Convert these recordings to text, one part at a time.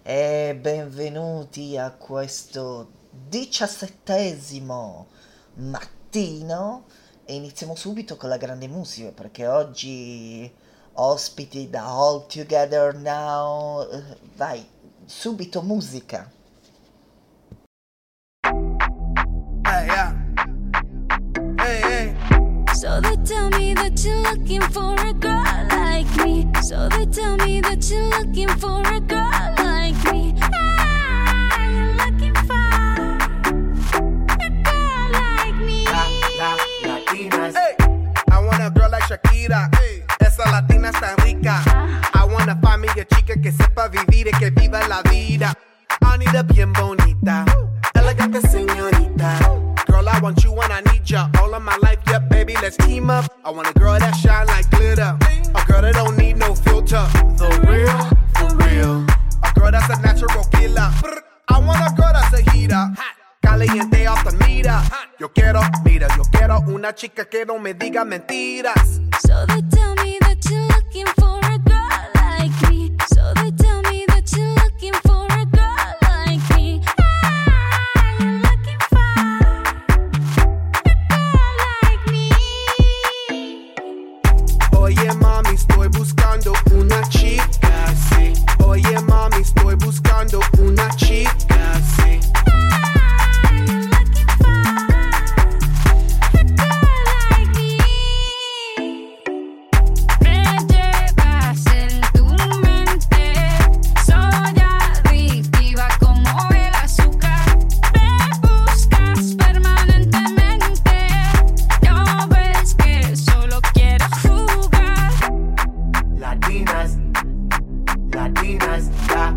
e benvenuti a questo 17° mattino e iniziamo subito con la grande musica perché oggi ospiti da All Together Now, vai, subito musica. Hey, yeah. Hey, hey. So they tell me that you're looking for a girl like me. So they tell me that you're looking for a girl like me. Ah, you're looking for a girl like me. Latinas. Hey, I want a girl like Shakira. Hey, esa latina está rica. I wanna find me a chica que sepa vivir y que viva la vida. I need a bien bonita, elegante señorita. Girl, I want you and I need ya all of my life, yeah, baby, let's team up. I want a girl that shine like glitter, a girl that don't need no filter. The real, for real. A girl that's a natural killer. I want a girl that's a heater, caliente off the meter. Yo quiero una chica que no me diga mentiras. So they tell me that you're looking for a girl like me. So they tell me that you're looking for a girl like me. Ah, you're looking for a girl like me. Oye mami, estoy buscando una chica, sí. Oye mami, estoy buscando una chica, sí. Ah, you're looking for a girl like me. Me llevas en tu mente, soy adictiva como el azúcar. Me buscas permanentemente, no ves que solo quiero jugar. Latinas, latinas,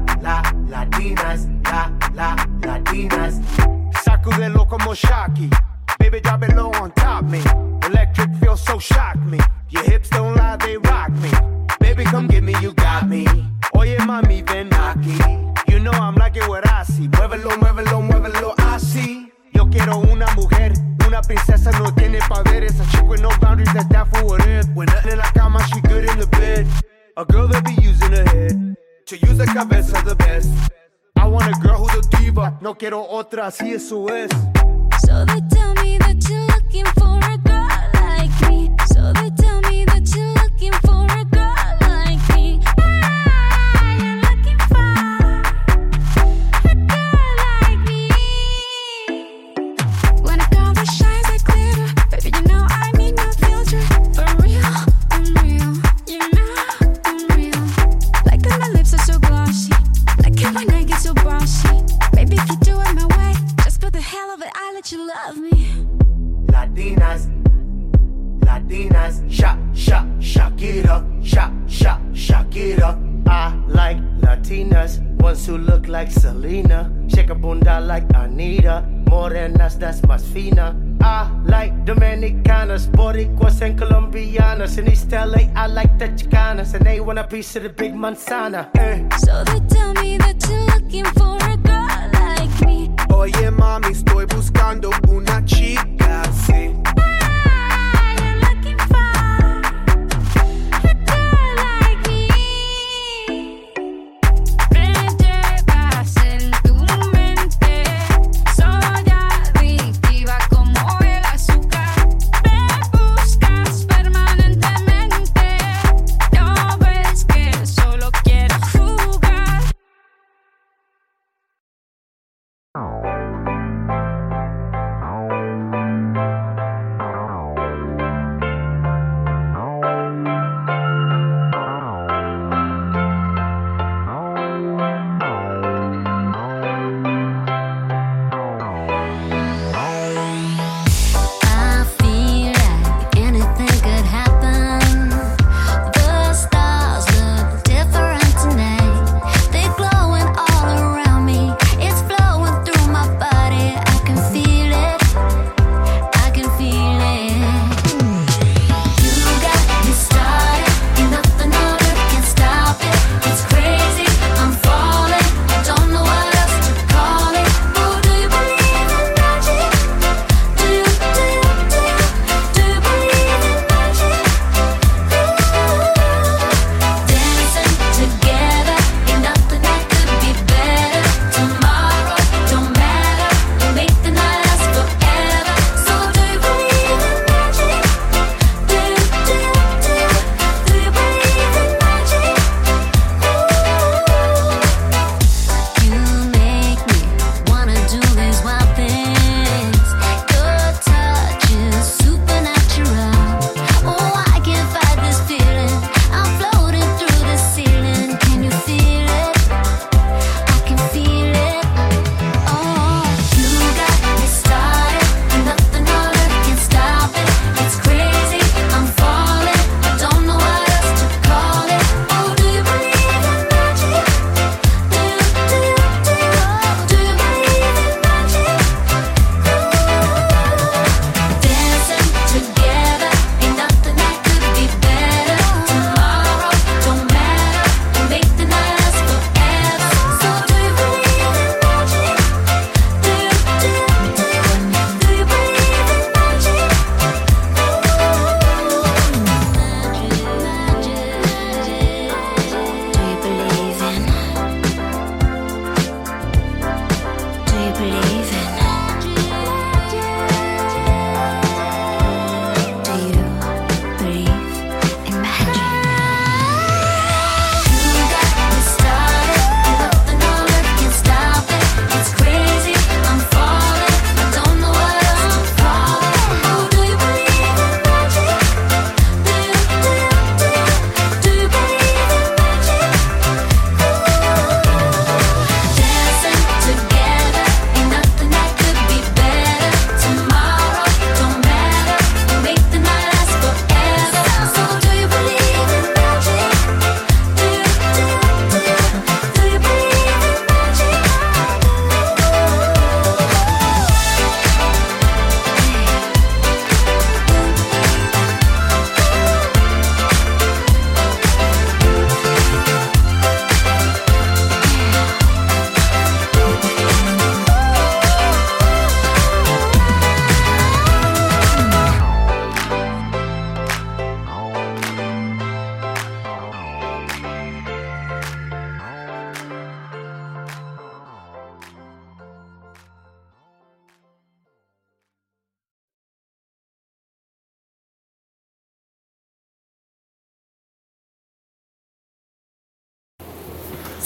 latinas. Sacudelo como Shocky, baby, drop it low on top me. Electric feels so shock me. Your hips don't lie, they rock me. Baby, come get me, you got me. Oye mami, ven aquí. You know I'm liking what I see. Muévelo, muévelo, muévelo así. Yo quiero una mujer, una princesa, no tiene poderes. A chick with no boundaries, that's down for what it. When nothing in la cama, she good in the bed. A girl that be using her head to use the cabeza the best. I want a girl who's a diva, no quiero otra, así eso es. So they tell me that you're looking for a girl like me. So they tell me that you're looking for a girl like me. Ah, you're looking for a girl like me. When a girl that shines like glitter, baby, you know I need no filter. For real, I'm real. You know I'm real. Like how my lips are so glossy. Like how my neck is so bossy. Baby, if you do it my way, just for the hell of it, I let you love me. Latinas, Shakira, Shakira. I like Latinas, ones who look like Selena, shake a bunda like Anita, morenas that's más fina. I like Dominicanas, Boricuas and Colombianas. In East LA, I like the Chicanas, and they want a piece of the big manzana. So they tell me that you're looking for a girl like me. Oye mami, estoy buscando una chica, sí. Ah, you're looking for a girl like me. Me llevas en tu mente, soy adictiva como el azúcar. Me buscas permanentemente, no ves que solo quiero jugar.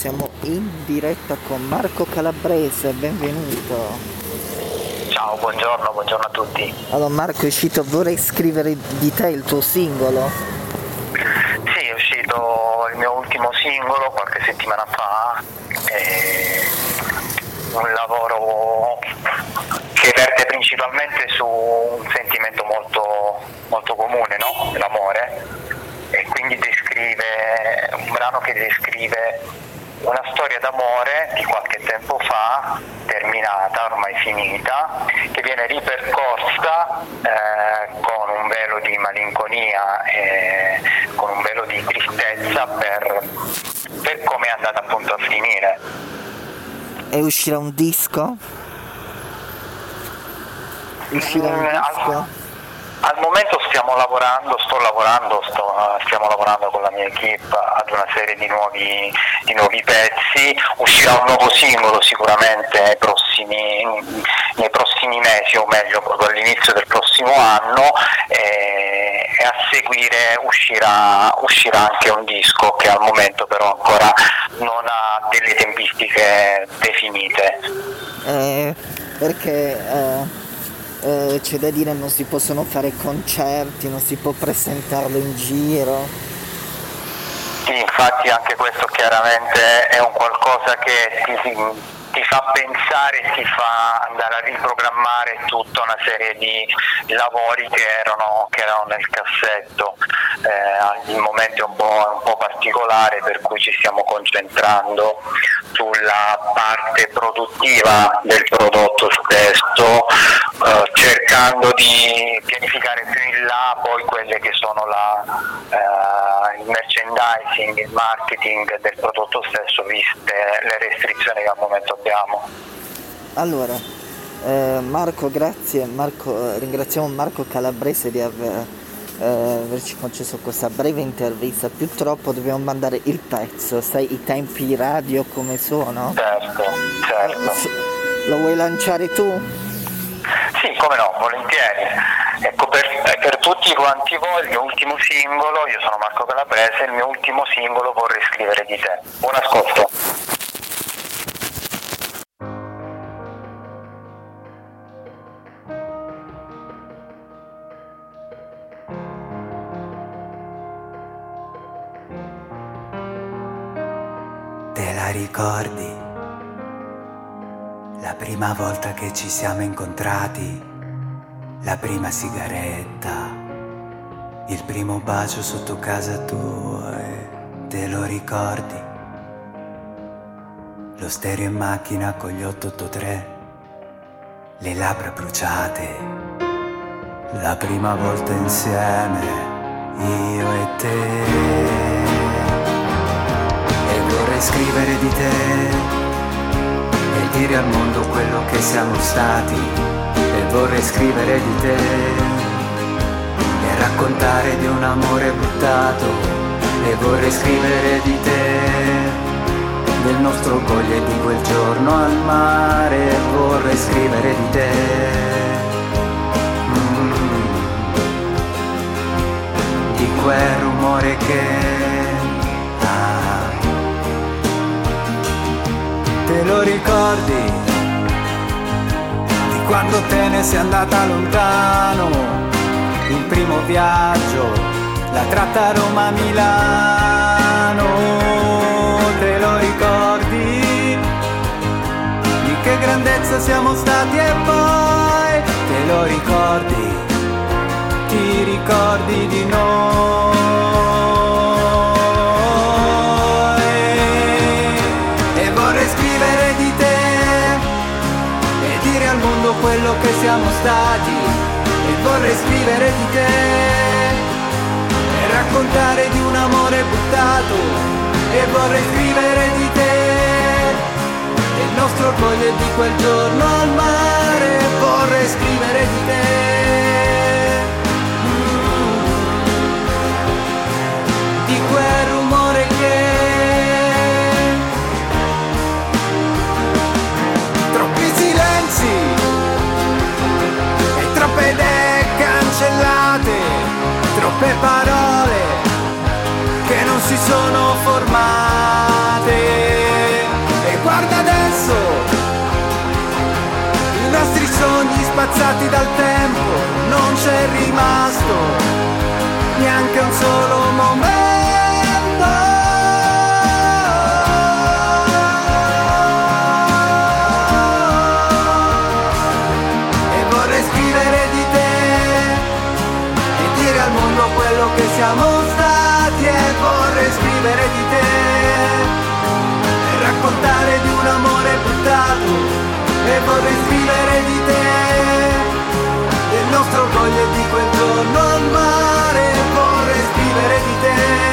siamo in diretta con Marco Calabrese, benvenuto. Ciao, buongiorno a tutti. Allora Marco, è uscito Vorrei scrivere di te, il tuo singolo? Sì, è uscito il mio ultimo singolo qualche settimana fa, un lavoro che verte principalmente su un sentimento molto, molto comune, no? L'amore, e quindi descrive, un brano che descrive una storia d'amore di qualche tempo fa, terminata, ormai finita, che viene ripercorsa con un velo di malinconia e con un velo di tristezza per come è andata appunto a finire. E uscirà un disco? Al momento stiamo lavorando con la mia equipe ad una serie di nuovi pezzi. Uscirà un nuovo singolo sicuramente nei prossimi mesi, o meglio proprio all'inizio del prossimo anno, e a seguire uscirà anche un disco che al momento però ancora non ha delle tempistiche definite. Perché c'è da dire, non si possono fare concerti, non si può presentarlo in giro. Sì, infatti anche questo chiaramente è un qualcosa che ti fa pensare, ti fa andare a riprogrammare tutta una serie di lavori che erano nel cassetto. Il momento è un po' particolare, per cui ci stiamo concentrando sulla parte produttiva del prodotto stesso, cercando di pianificare più in là poi quelle che sono il merchandising, il marketing del prodotto stesso, viste le restrizioni che al momento abbiamo. Allora, Marco, grazie. Ringraziamo Marco Calabrese di averci concesso questa breve intervista. Purtroppo dobbiamo mandare il pezzo, sai i tempi radio come sono? Certo. Lo vuoi lanciare tu? Sì, come no, volentieri. Ecco, per tutti quanti voi il mio ultimo singolo, io sono Marco Calabrese, il mio ultimo singolo Vorrei scrivere di te. Buon ascolto. Te la ricordi? La prima volta che ci siamo incontrati? La prima sigaretta, il primo bacio sotto casa tua, te lo ricordi? Lo stereo in macchina con gli 883, le labbra bruciate, la prima volta insieme, io e te. E vorrei scrivere di te e dire al mondo quello che siamo stati. E vorrei scrivere di te e raccontare di un amore buttato. E vorrei scrivere di te, del nostro orgoglio e di quel giorno al mare. E vorrei scrivere di te, di quel rumore che te lo ricordi? Quando te ne sei andata lontano, il primo viaggio, la tratta Roma-Milano, te lo ricordi? Di che grandezza siamo stati e poi te lo ricordi? Ti ricordi di noi? E vorrei scrivere di te e dire al mondo quello che siamo stati. E vorrei scrivere di te e raccontare di un amore buttato. E vorrei scrivere di te, del nostro orgoglio e di quel giorno al mare. Vorrei scrivere di te, di quel rumore che troppi silenzi e troppe idee cancellate, troppe parole che non si sono formate. guarda adesso, i nostri sogni spazzati dal tempo, non c'è rimasto neanche un solo momento. E vorrei scrivere di te e dire al mondo quello che siamo stati, e vorrei scrivere di te e raccontare di un amore buttato, e vorrei scrivere di te, del nostro orgoglio e di quel giorno al mare, vorrei scrivere di te.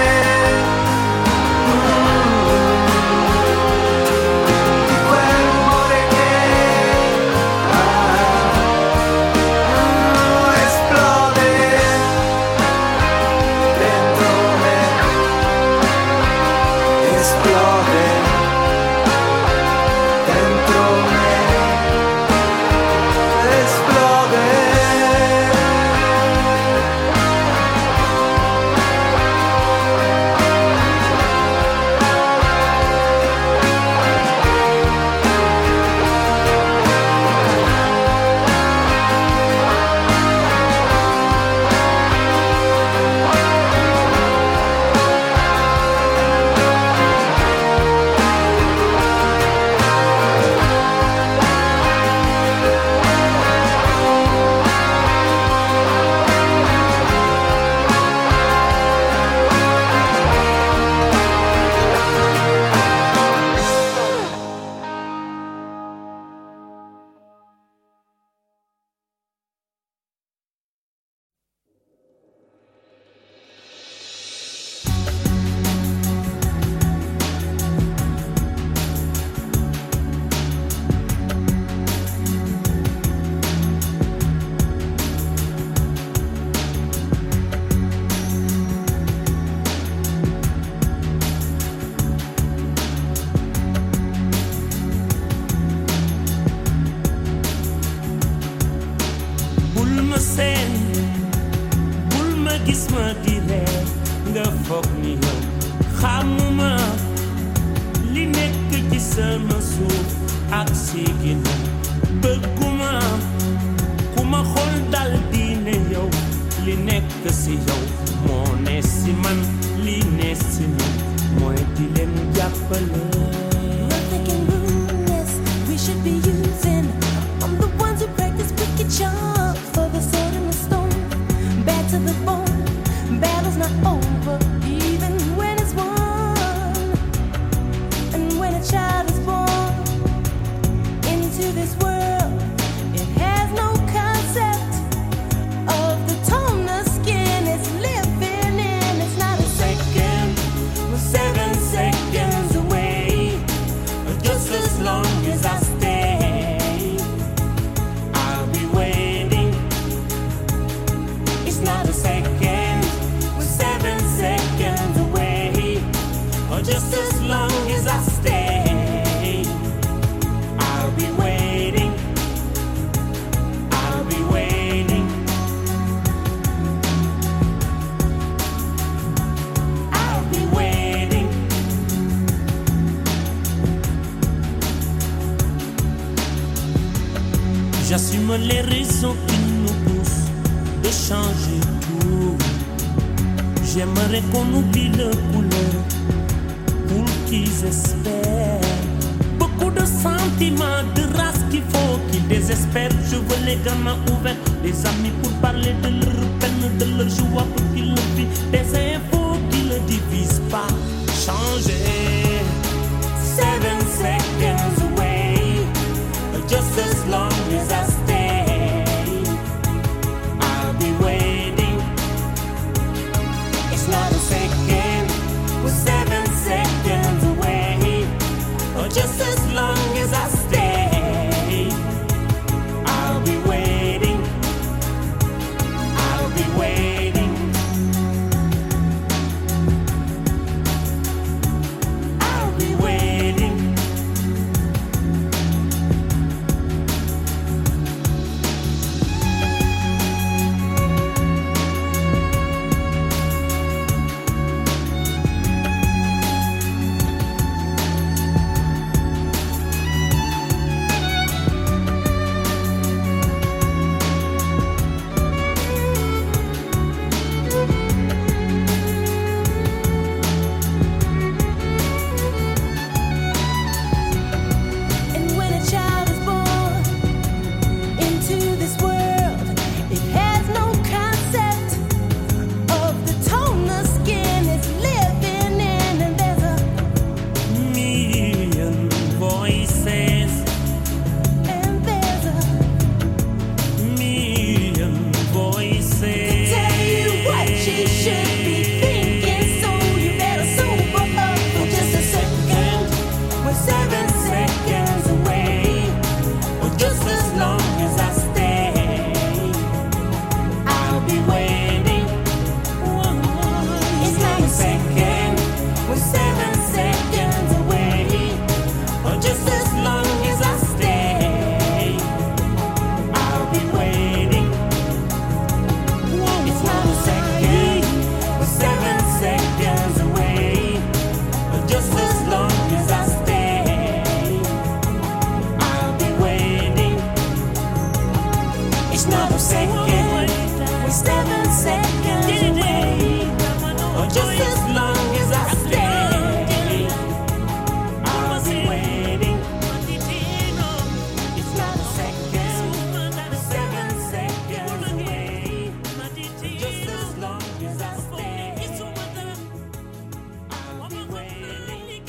Di quel rumore che esplode dentro me, esplode dentro me, esplode. bul ma seen bul ma gis ma di reer nga foog ni yow xamuma li nekk ci sama suuf ak si ginnaaw bëgguma ku ma xool dal di ne yow li nekk si yow moo ne si man li ne si man mooy di leen jàppale. We should be using. I'm the ones who practice wicked charms for the sword and the stone. Bad to the bone. Battle's not over, even when it's won. And when a child is born into this world, it has no concept of the tone the skin is living in. It's not a second, we're 7 seconds away. Just as long as I stay, I'll be waiting. It's not a second, we're 7 seconds away. Or just as long as I stay, I'll be waiting. I'll be waiting. I'll be waiting. J'assume les raisons qui nous poussent de changer tout. J'aimerais qu'on oublie le couleur pour qu'ils espèrent. Beaucoup de sentiments, de race qu'il faut qu'ils désespèrent. Je veux les gamins ouverts, des amis pour parler de leur peine, de leur joie pour qu'ils le vivent. Des infos qui ne divisent pas. Changer. 7 seconds away. Just as long as I stay, I'll be waiting. It's not a second, we're 7 seconds away. Or just as long as I stay, I'll be waiting. I'll be waiting. I'll be waiting. seconds away, or just as long as I stay, I'll be waiting. It's not a second, we're 7 seconds away, or just as long as I stay, I'll be waiting. It's not a second, we're 7 seconds away, or just as long as I stay, I'll be waiting. It's not a second, we're 7 seconds away, or just as long as I stay, I'll be waiting. It's not a second, we're 7 seconds away, just as long as I stay, I'll be waiting.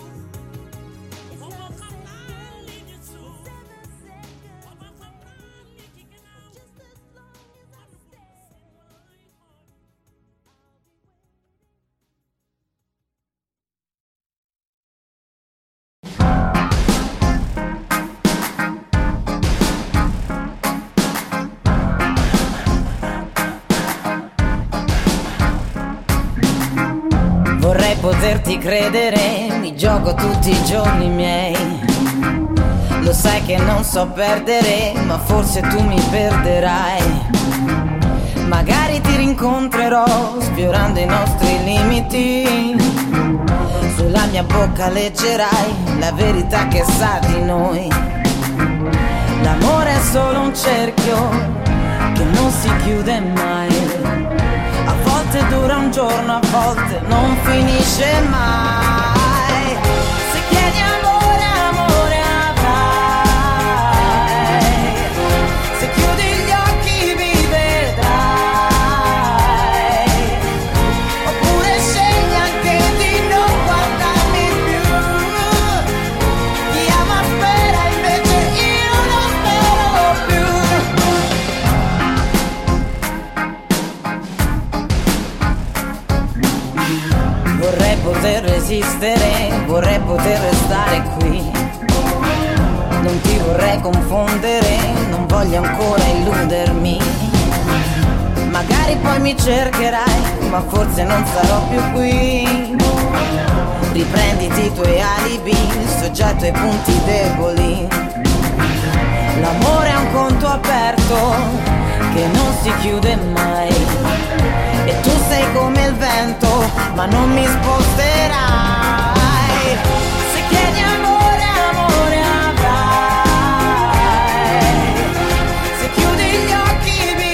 Vorrei poterti credere, mi gioco tutti i giorni miei. Lo sai che non so perdere, ma forse tu mi perderai. Magari ti rincontrerò sfiorando i nostri limiti. Sulla mia bocca leggerai la verità che sa di noi. L'amore è solo un cerchio che non si chiude mai. A volte dura un giorno, a volte non finisce mai. Se chiedi amore, amore avrai. Se chiudi gli occhi mi vedrai. Oppure scegli anche di non guardarmi più. Chi ama spera, invece io non spero più. Vorrei poter resistere, vorrei poter restare qui. Non ti vorrei confondere, non voglio ancora illudermi. Magari poi mi cercherai, ma forse non sarò più qui. Riprenditi i tuoi alibi, soggetto ai punti deboli. L'amore è un conto aperto che non si chiude mai. E tu sei come il vento, ma non mi sposterai. Se chiedi amore, amore avrai. Se chiudi gli occhi mi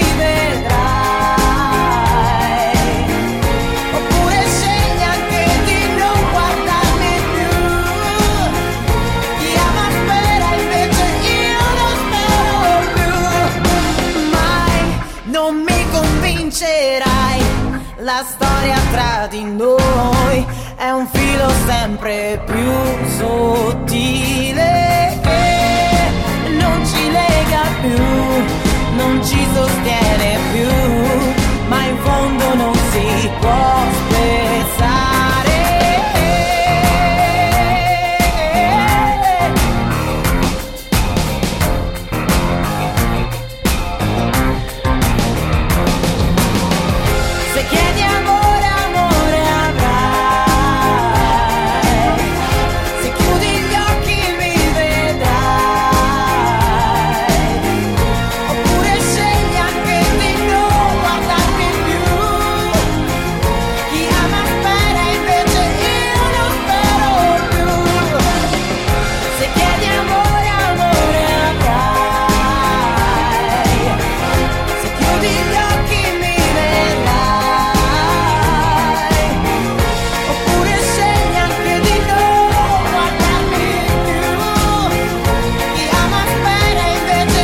vedrai. Oppure scegli anche di non guardarmi più. Chi ama spera, invece io non spero più. Mai non mi convincerai. La storia tra di noi è un filo sempre più sottile che non ci lega più, non ci sostiene più, ma in fondo non si può spezzare. Se chiedi amore, amore avrai. Se chiudi gli occhi mi vedrai. Oppure scegli anche di non guardarmi più. Chi ama spera, invece io non spero più. Se chiedi amore, amore avrai. Se chiudi gli occhi mi vedrai. Oppure scegli anche di non guardarmi più. Chi ama spera, invece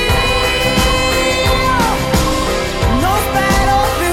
io non spero più.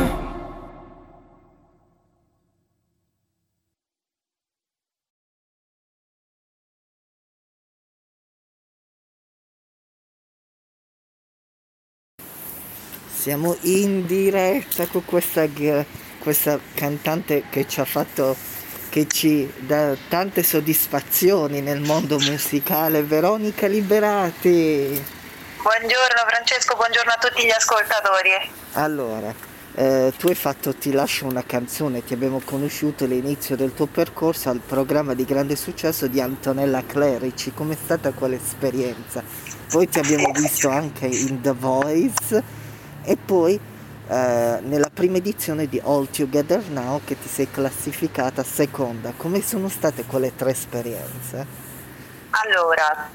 Siamo in diretta con questa cantante che ci ha fatto che ci dà tante soddisfazioni nel mondo musicale, Veronica Liberati. Buongiorno Francesco, buongiorno a tutti gli ascoltatori. Allora, tu hai fatto Ti lascio una canzone, ti abbiamo conosciuto all'inizio del tuo percorso al programma di grande successo di Antonella Clerici. Com'è stata quell'esperienza? Poi ti abbiamo visto anche in The Voice e poi nella prima edizione di All Together Now che ti sei classificata seconda. Come sono state quelle 3 esperienze? Allora,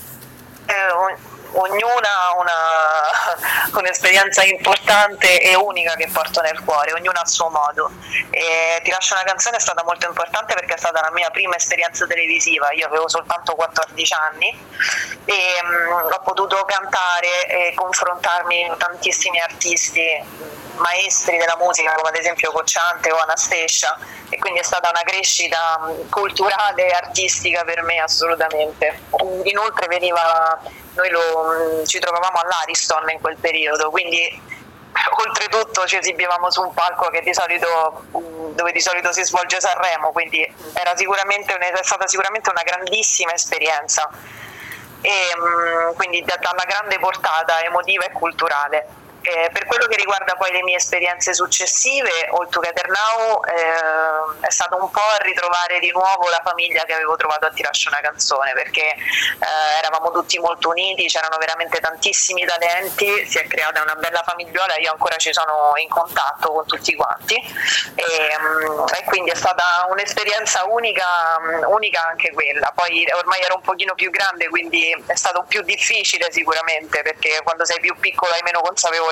ognuna ha un'esperienza importante e unica che porto nel cuore, ognuna a suo modo. E Ti lascio una canzone è stata molto importante perché è stata la mia prima esperienza televisiva. Io avevo soltanto 14 anni e ho potuto cantare e confrontarmi con tantissimi artisti, maestri della musica come ad esempio Cocciante o Anastasia, e quindi è stata una crescita culturale e artistica per me assolutamente. Inoltre ci trovavamo all'Ariston in quel periodo, quindi oltretutto ci esibivamo su un palco dove di solito si svolge Sanremo, quindi è stata sicuramente una grandissima esperienza e quindi dalla grande portata emotiva e culturale. Per quello che riguarda poi le mie esperienze successive, All Together Now è stato un po' ritrovare di nuovo la famiglia che avevo trovato a Ti lascio una canzone, perché eravamo tutti molto uniti, c'erano veramente tantissimi talenti, si è creata una bella famigliuola, io ancora ci sono in contatto con tutti quanti e quindi è stata un'esperienza unica anche quella. Poi ormai ero un pochino più grande, quindi è stato più difficile sicuramente, perché quando sei più piccolo hai meno consapevolezza.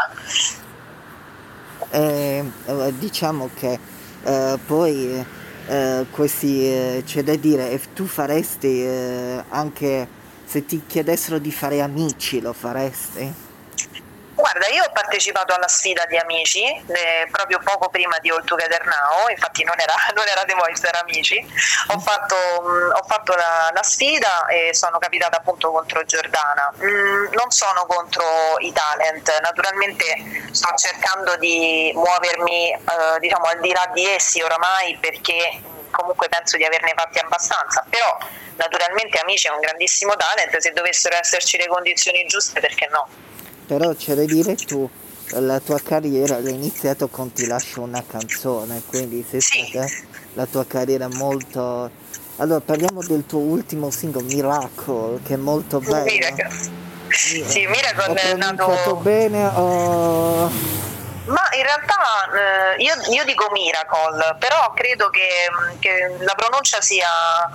Diciamo che poi questi c'è da dire, tu faresti anche se ti chiedessero di fare Amici, lo faresti? Guarda, io ho partecipato alla sfida di Amici proprio poco prima di All Together Now, infatti non era The Voice, era Amici. Ho fatto la sfida e sono capitata appunto contro Giordana. Non sono contro i talent, naturalmente sto cercando di muovermi diciamo al di là di essi oramai, perché comunque penso di averne fatti abbastanza, però naturalmente Amici è un grandissimo talent, se dovessero esserci le condizioni giuste, perché no? Però c'è da dire, tu la tua carriera l'hai iniziato con Ti lascio una canzone, quindi sei stata la tua carriera molto... Allora parliamo del tuo ultimo singolo, Miracle, che è molto bello. Miracle. Sì, Miracle ho è nato... pronunciato bene o... Ma in realtà io dico Miracle, però credo che la pronuncia sia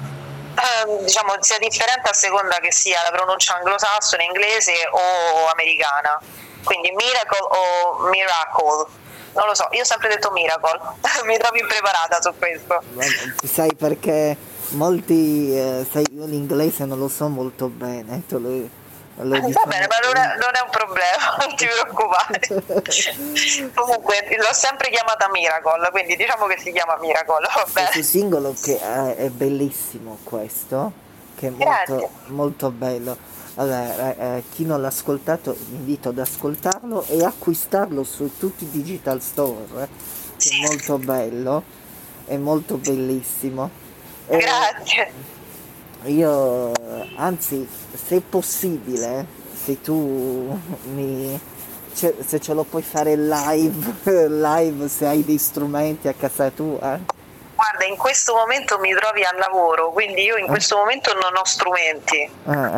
differente a seconda che sia la pronuncia anglosassone, inglese o americana, quindi Miracle o Miracle, non lo so, io ho sempre detto Miracle. Mi trovo impreparata su questo. Sai perché molti, sai, io l'inglese non lo so molto bene, Va bene, ma non è un problema, non ti preoccupare. Comunque l'ho sempre chiamata Miracle, quindi diciamo che si chiama Miracle, va bene. Questo singolo che è bellissimo, questo, che è molto, molto bello. Allora, chi non l'ha ascoltato, vi invito ad ascoltarlo e acquistarlo su tutti i digital store, che è molto bello, è molto bellissimo. Grazie. Io, anzi, se possibile, se tu se ce lo puoi fare live, se hai dei strumenti a casa tua. Guarda, in questo momento mi trovi al lavoro, quindi io in questo momento non ho strumenti.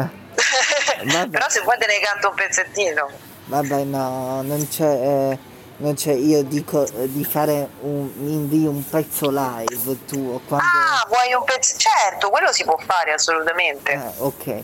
Però se vuoi te ne canto un pezzettino. Vabbè, no, non c'è, io dico di fare mi invii un pezzo live tuo quando... Ah, vuoi un pezzo? Certo, quello si può fare assolutamente. Ok.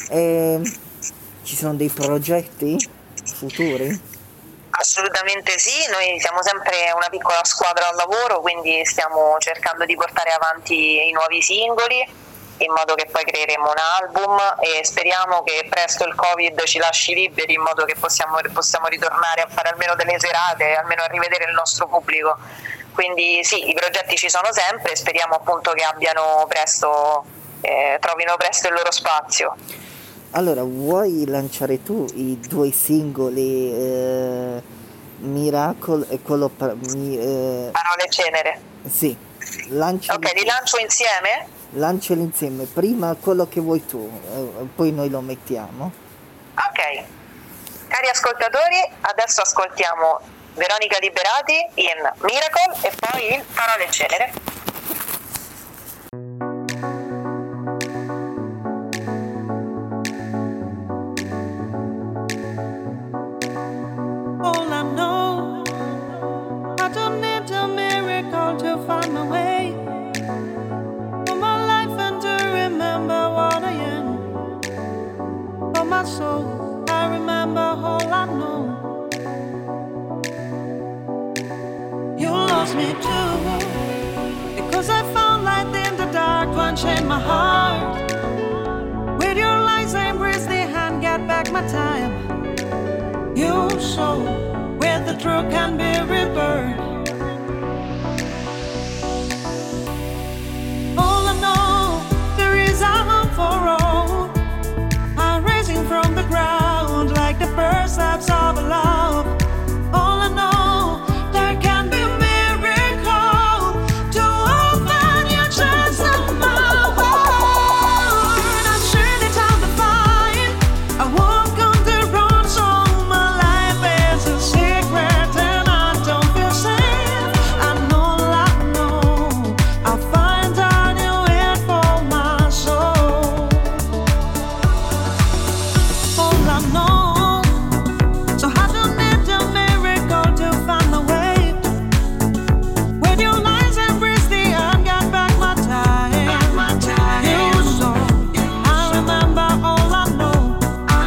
Ci sono dei progetti futuri? Assolutamente sì, noi siamo sempre una piccola squadra al lavoro, quindi stiamo cercando di portare avanti i nuovi singoli in modo che poi creeremo un album e speriamo che presto il Covid ci lasci liberi in modo che possiamo ritornare a fare almeno delle serate, almeno a rivedere il nostro pubblico. Quindi sì, i progetti ci sono sempre e speriamo appunto che trovino presto il loro spazio. Allora, vuoi lanciare tu i 2 singoli Miracle e quello Parole e Cenere? Sì. Ok, li lancio insieme? Lanciali insieme, prima quello che vuoi tu, poi noi lo mettiamo. Ok, cari ascoltatori, adesso ascoltiamo Veronica Liberati in Miracle e poi il Parole e Cenere. All I know, I don't need a miracle to find my way for my life and to remember what I am. For my soul, I remember all I know. You lost me too, because I found light in the dark, quenching my heart. With your lies, I embrace the hand, get back my time. You show where the truth can be rebirthed. All I know, there is a hope for all. I'm rising from the ground like the first steps of love. All I know, there can be a miracle to open your chest of my world. I'm sure that I'll be fine. I walk on the road, so my life is a secret and I don't feel safe. I know I'll find a new end for my soul. All I know, so I don't need a miracle to find my way. With your lies embrace the end, get back my time. You saw, I remember all I know.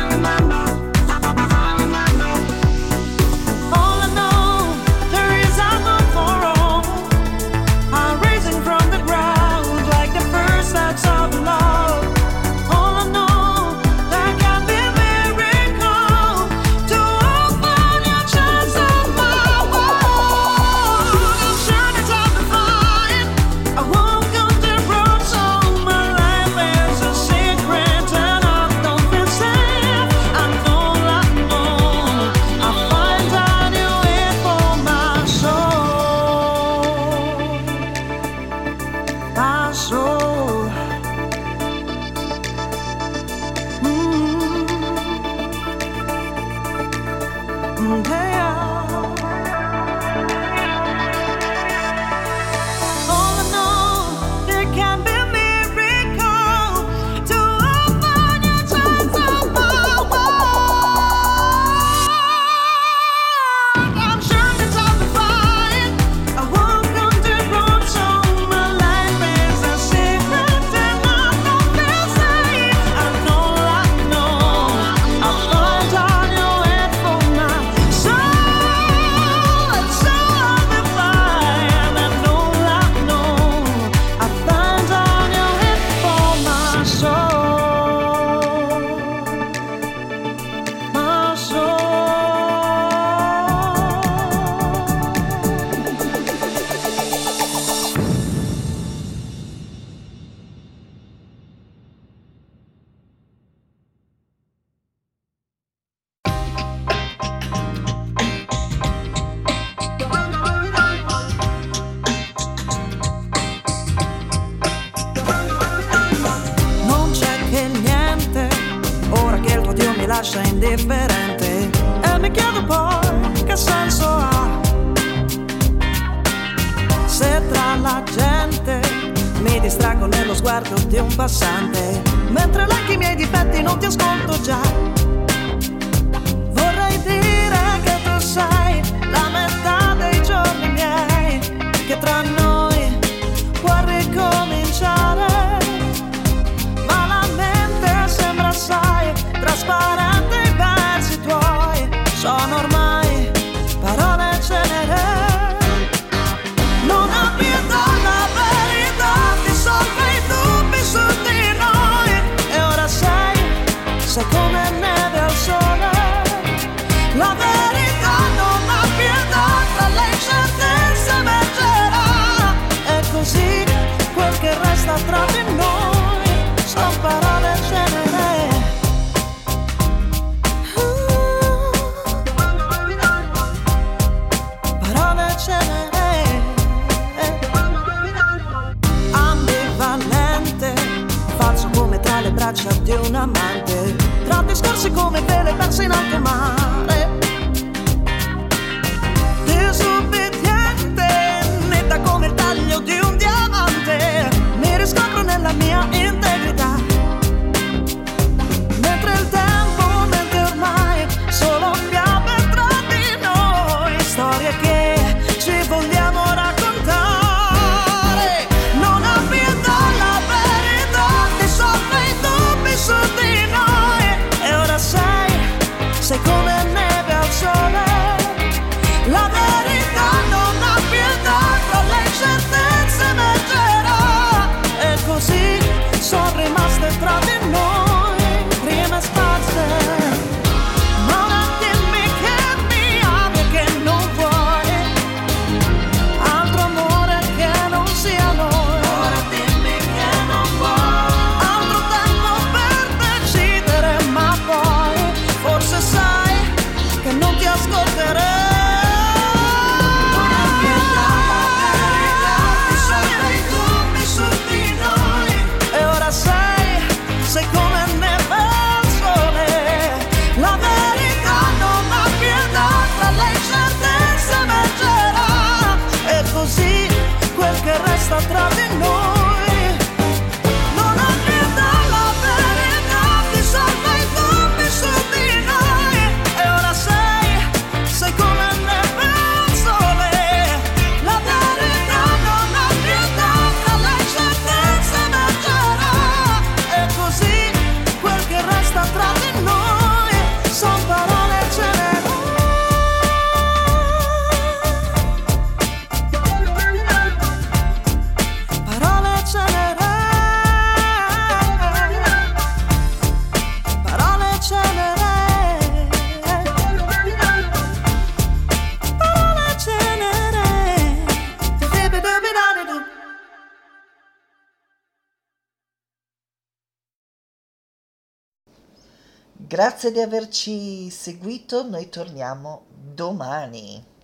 All I know, there is a hope for all. I'm rising from the ground like the first steps of love. All I know, there can be a miracle to open your chest of my world. I'm sure that I'll be fine. I walk on the road, so my life is a secret and I don't feel safe. I know I'll find a new way for my soul. My soul. All I know, there can be a miracle to open your chest of my world. I'm sure that I'll be fine. I walk on the road, so my life is a secret and I don't feel safe. I know I'll find a new end for my soul. And so I'll be fine. I know I'll find a new end for my soul. My soul. Non c'è che niente, ora che il tuo Dio mi lascia indifferente. E mi chiedo poi che senso ha, se tra la gente mi distraggo nello sguardo di un passante, mentre elenchi i miei difetti non ti ascolto già. Vorrei dire che tu sei la metà dei giorni miei, che tra noi può ricominciare. Ma la mente sembra assai trasparente, i versi tuoi sono ormai parole cenere. Non ha pietà, la verità dissolve i dubbi su di noi. E ora sei come neve braccia di un amante, tra discorsi come vele perse in alto mare. Disobbediente, netta come il taglio di un diamante, mi riscopro nella mia integrità. Mentre il tempo mente ormai solo fiamme tra di noi, storie che ci vogliamo raccontare. Non ha pietà, la verità dissolve i dubbi su di noi. E ora sei come neve al sole. La verità non ha pietà, tra le incertezze emergerà. E così sono rimaste tra di noi prime sparse. Ma ora dimmi che mi ami e che non vuoi altro amore che non sia noi. Ora dimmi che non vuoi altro tempo per decidere, ma poi forse sai che non ti ascolterei. E ora sei come neve al sole. La verità non ha pietà, tra le incertezze emergerà. E così quel che resta tra di noi non ha pietà, la verità dissolve i dubbi su di noi. E ora sei come neve al sole. La verità non ha pietà, tra le incertezze emergerà. E così quel che resta tra di noi son parole ceneri. Parole ceneri. Parole ceneri. Parole ceneri. Dibi-dibi-da-di-du. Grazie di averci seguito, noi torniamo domani.